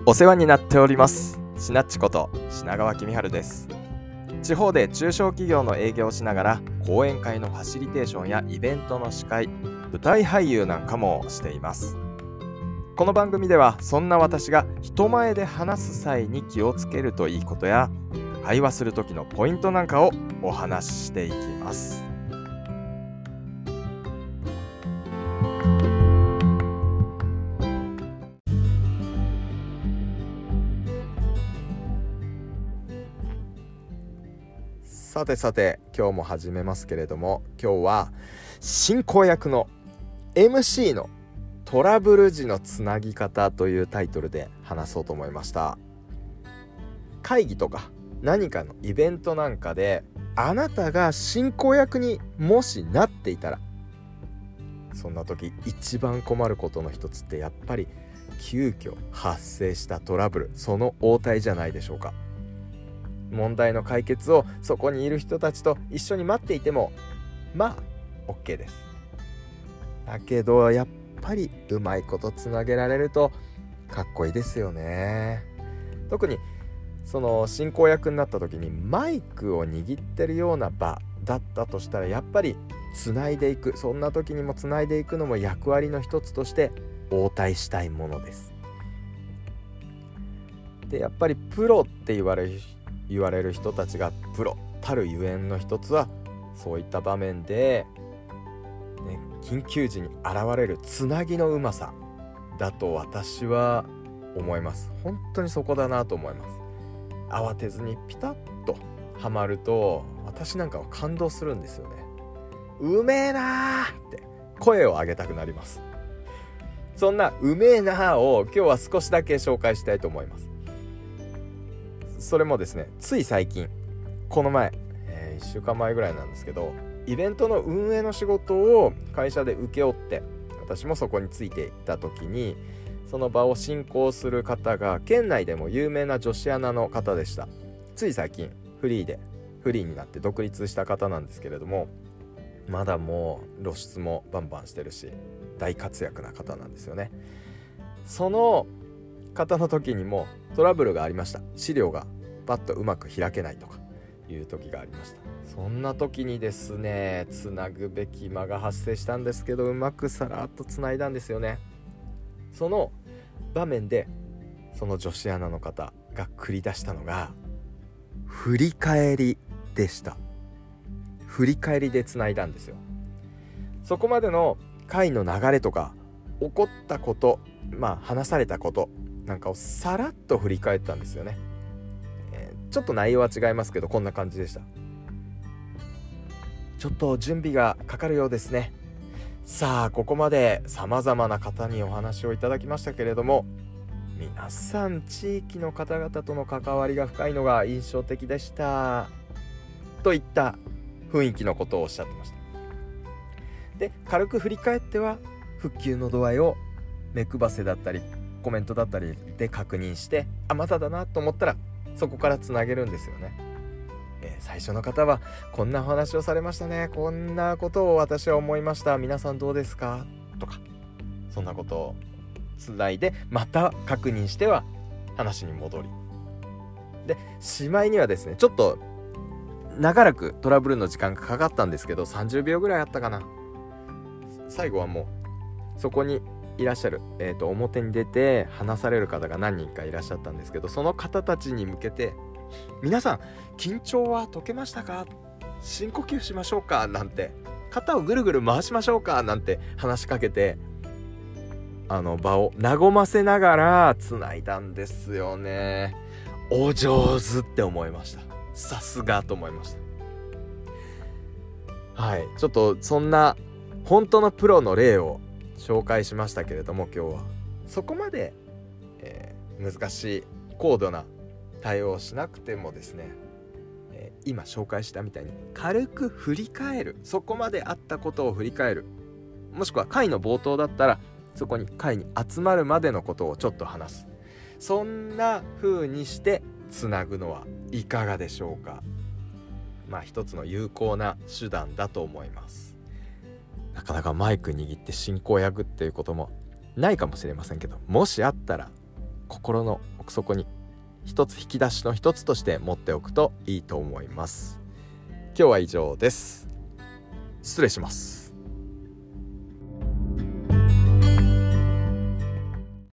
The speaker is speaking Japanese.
お世話になっておりますしなっちこと品川公春です。地方で中小企業の営業をしながら講演会のファシリテーションやイベントの司会、舞台俳優なんかもしています。この番組ではそんな私が人前で話す際に気をつけるといいことや会話する時のポイントなんかをお話ししていきます。さて今日も始めますけれども、今日は進行役の MC のトラブル時のつなぎ方というタイトルで話そうと思いました。会議とか何かのイベントなんかであなたが進行役にもしなっていたら、そんな時一番困ることの一つってやっぱり急遽発生したトラブル、その応対じゃないでしょうか。問題の解決をそこにいる人たちと一緒に待っていてもまあ OK です。だけどやっぱりうまいことつなげられるとかっこいいですよね。特にその進行役になった時にマイクを握ってるような場だったとしたら、やっぱりつないでいく、そんな時にもつないでいくのも役割の一つとして応対したいものです。でやっぱりプロって言われる人たちがプロたるゆえんの一つは、そういった場面で、緊急時に現れるつなぎのうまさだと私は思います。本当にそこだなと思います。慌てずにピタッとはまると私なんかは感動するんですよね。うめえなーって声を上げたくなります。そんなうめえなーを今日は少しだけ紹介したいと思います。それもですね、つい最近この前、1週間前ぐらいなんですけど、イベントの運営の仕事を会社で請け負って、私もそこについていた時に、その場を進行する方が県内でも有名な女子アナの方でした。つい最近フリーになって独立した方なんですけれども、まだもう露出もバンバンしてるし大活躍な方なんですよね。その方の時にもトラブルがありました。資料がパッとうまく開けないとかいう時がありました。そんな時にですね、つなぐべき間が発生したんですけど、うまくさらっとつないだんですよね。その場面でその女子アナの方が繰り出したのが振り返りでした。振り返りでつないだんですよ。そこまでの会の流れとか起こったこと、話されたことなんかをさらっと振り返ったんですよね。ちょっと内容は違いますけどこんな感じでした。ちょっと準備がかかるようですね。さあここまで様々な方にお話をいただきましたけれども、皆さん地域の方々との関わりが深いのが印象的でしたといった雰囲気のことをおっしゃってました。で軽く振り返っては復旧の度合いを目配せだったりコメントだったりで確認して、まただなと思ったらそこからつなげるんですよね。最初の方はこんなお話をされましたね、こんなことを私は思いました、皆さんどうですかとか、そんなことをつないでまた確認しては話に戻り、でしまいにはですね、ちょっと長らくトラブルの時間がかかったんですけど、30秒ぐらいあったかな。最後はもうそこにいらっしゃる、表に出て話される方が何人かいらっしゃったんですけど、その方たちに向けて、皆さん緊張は解けましたか、深呼吸しましょうかなんて、肩をぐるぐる回しましょうかなんて話しかけて、場を和ませながらつないだんですよね。お上手って思いました。さすがと思いました。はい、ちょっとそんな本当のプロの例を紹介しましたけれども、今日はそこまで、難しい高度な対応をしなくてもですね、今紹介したみたいに軽く振り返る、そこまであったことを振り返る、もしくは会の冒頭だったらそこに会に集まるまでのことをちょっと話す、そんな風にしてつなぐのはいかがでしょうか。一つの有効な手段だと思います。なかなかマイク握って進行役っていうこともないかもしれませんけど、もしあったら心の奥底に一つ引き出しの一つとして持っておくといいと思います。今日は以上です。失礼します。